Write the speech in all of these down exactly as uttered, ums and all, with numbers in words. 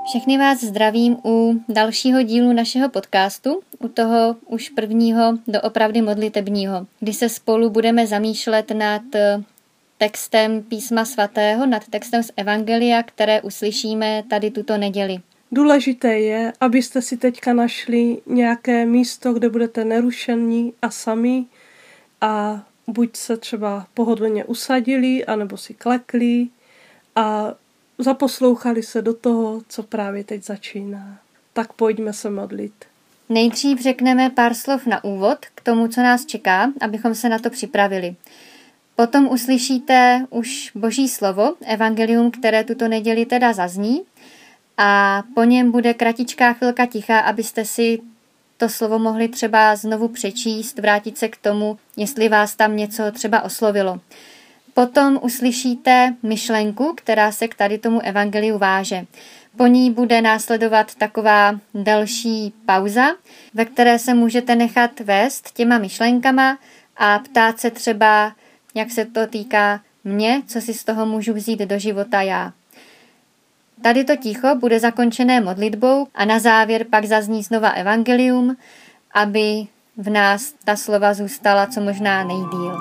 Všechny vás zdravím u dalšího dílu našeho podcastu, u toho už prvního doopravdy modlitebního, kdy se spolu budeme zamýšlet nad textem Písma svatého, nad textem z Evangelia, které uslyšíme tady tuto neděli. Důležité je, abyste si teďka našli nějaké místo, kde budete nerušení a sami a buď se třeba pohodlně usadili, anebo si klekli a zaposlouchali se do toho, co právě teď začíná. Tak pojďme se modlit. Nejdřív řekneme pár slov na úvod k tomu, co nás čeká, abychom se na to připravili. Potom uslyšíte už Boží slovo, evangelium, které tuto neděli teda zazní, a po něm bude kratičká chvilka ticha, abyste si to slovo mohli třeba znovu přečíst, vrátit se k tomu, jestli vás tam něco třeba oslovilo. Potom uslyšíte myšlenku, která se k tady tomu evangeliu váže. Po ní bude následovat taková delší pauza, ve které se můžete nechat vést těma myšlenkama a ptát se třeba, jak se to týká mě, co si z toho můžu vzít do života já. Tady to ticho bude zakončené modlitbou a na závěr pak zazní znova evangelium, aby v nás ta slova zůstala co možná nejdýl.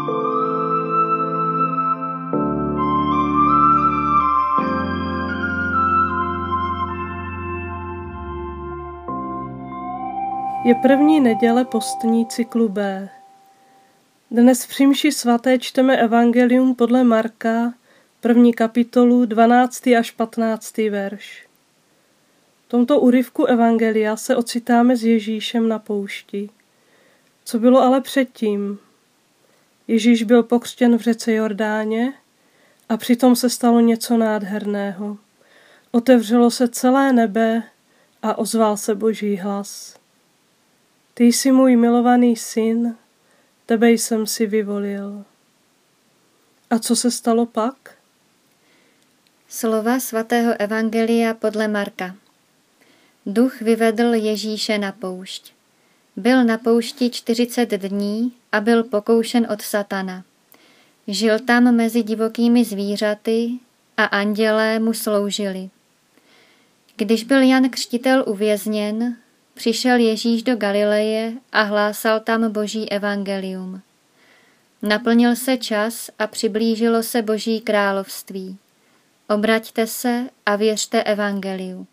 Je první neděle postní cyklu B. Dnes při mši svaté čteme evangelium podle Marka, první kapitolu, dvanáctý až patnáctý verš. V tomto úryvku evangelia se ocitáme s Ježíšem na poušti. Co bylo ale předtím? Ježíš byl pokřtěn v řece Jordáně a přitom se stalo něco nádherného. Otevřelo se celé nebe a ozval se Boží hlas. Ty jsi můj milovaný syn, tebe jsem si vyvolil. A co se stalo pak? Slova svatého evangelia podle Marka. Duch vyvedl Ježíše na poušť. Byl na poušti čtyřicet dní a byl pokoušen od satana. Žil tam mezi divokými zvířaty a andělé mu sloužili. Když byl Jan Křtitel uvězněn, přišel Ježíš do Galileje a hlásal tam Boží evangelium. Naplnil se čas a přiblížilo se Boží království. Obraťte se a věřte evangeliu.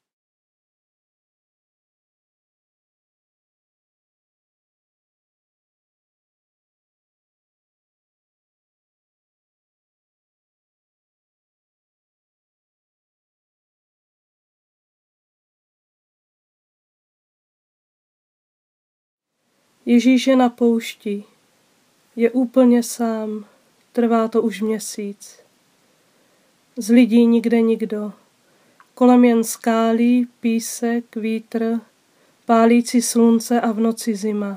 Ježíš je na poušti. Je úplně sám. Trvá to už měsíc. Z lidí nikde nikdo. Kolem jen skály, písek, vítr, pálící slunce a v noci zima.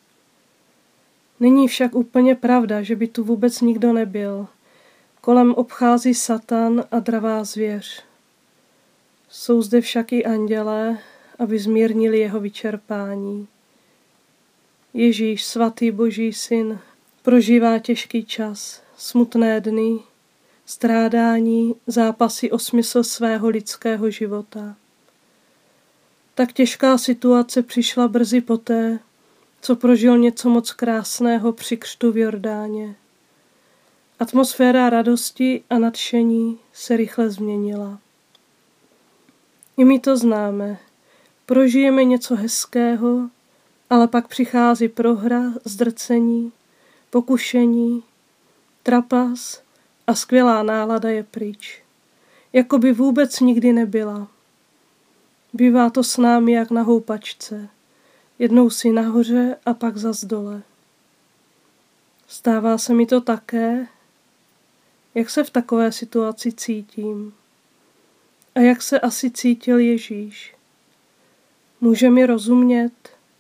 Není však úplně pravda, že by tu vůbec nikdo nebyl. Kolem obchází Satan a dravá zvěř. Jsou zde však i andělé, aby zmírnili jeho vyčerpání. Ježíš, svatý Boží syn, prožívá těžký čas, smutné dny, strádání, zápasy o smysl svého lidského života. Tak těžká situace přišla brzy poté, co prožil něco moc krásného při křtu v Jordáně. Atmosféra radosti a nadšení se rychle změnila. I my to známe. Prožijeme něco hezkého, ale pak přichází prohra, zdrcení, pokušení, trapas a skvělá nálada je pryč. Jako by vůbec nikdy nebyla. Bývá to s námi jak na houpačce. Jednou si nahoře a pak zas dole. Stává se mi to také, jak se v takové situaci cítím. A jak se asi cítil Ježíš. Může mi rozumět?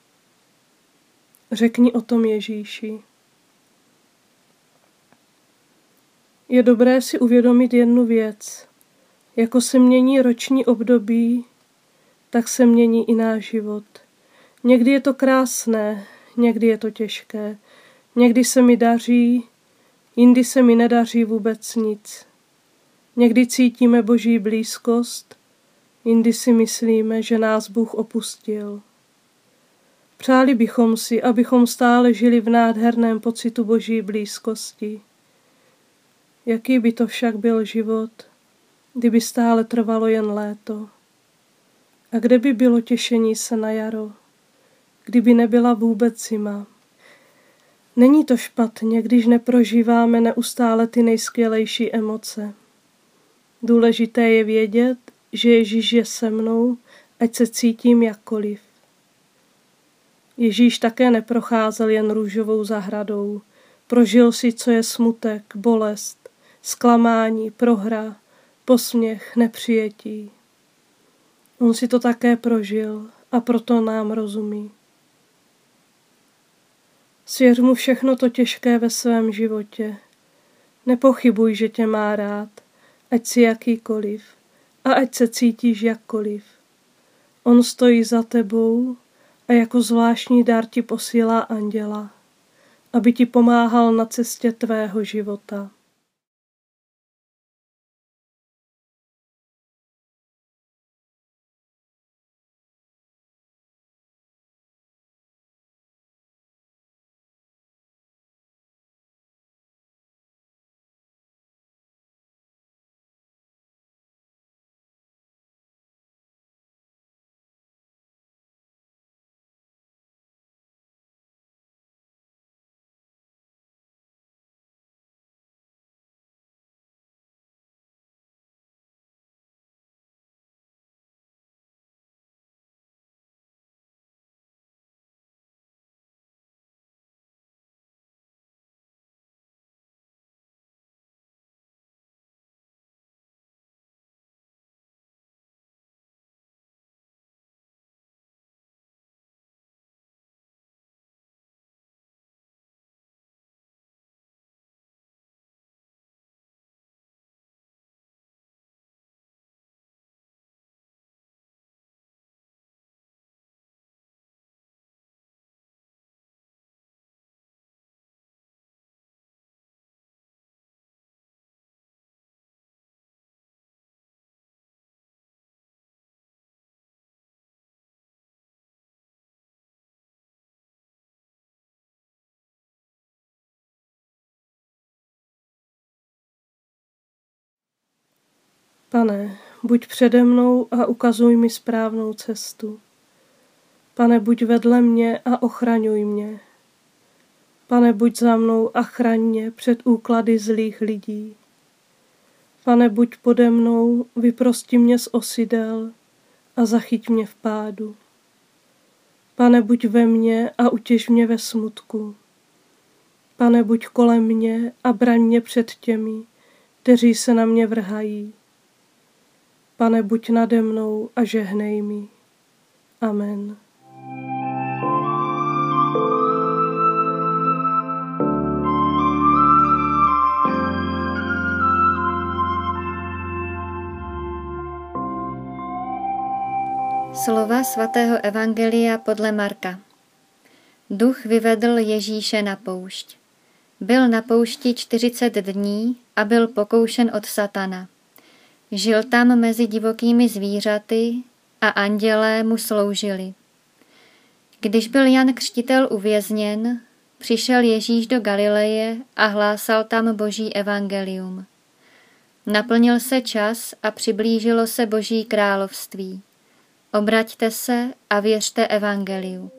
Řekni o tom Ježíši. Je dobré si uvědomit jednu věc. Jako se mění roční období, tak se mění i náš život. Někdy je to krásné, někdy je to těžké. Někdy se mi daří, jindy se mi nedaří vůbec nic. Někdy cítíme Boží blízkost, Jindy si myslíme, že nás Bůh opustil. Přáli bychom si, abychom stále žili v nádherném pocitu Boží blízkosti. Jaký by to však byl život, kdyby stále trvalo jen léto? A kde by bylo těšení se na jaro, kdyby nebyla vůbec zima? Není to špatně, když neprožíváme neustále ty nejskvělejší emoce. Důležité je vědět, že Ježíš je se mnou, ať se cítím jakkoliv. Ježíš také neprocházel jen růžovou zahradou. Prožil si, co je smutek, bolest, zklamání, prohra, posměch, nepřijetí. On si to také prožil a proto nám rozumí. Svěř mu všechno to těžké ve svém životě. Nepochybuj, že tě má rád, ať si jakýkoliv a ať se cítíš jakkoliv. On stojí za tebou a jako zvláštní dar ti posílá anděla, aby ti pomáhal na cestě tvého života. Pane, buď přede mnou a ukazuj mi správnou cestu. Pane, buď vedle mě a ochraňuj mě. Pane, buď za mnou a chraň mě před úklady zlých lidí. Pane, buď pode mnou, vyprosti mě z osidel a zachyť mě v pádu. Pane, buď ve mně a utěš mě ve smutku. Pane, buď kolem mě a braň mě před těmi, kteří se na mě vrhají. Pane, buď nade mnou a žehnej mi. Amen. Slova svatého evangelia podle Marka. Duch vyvedl Ježíše na poušť. Byl na poušti čtyřicet dní a byl pokoušen od satana. Žil tam mezi divokými zvířaty a andělé mu sloužili. Když byl Jan Křtitel uvězněn, přišel Ježíš do Galileje a hlásal tam Boží evangelium. Naplnil se čas a přiblížilo se Boží království. Obraťte se a věřte evangeliu.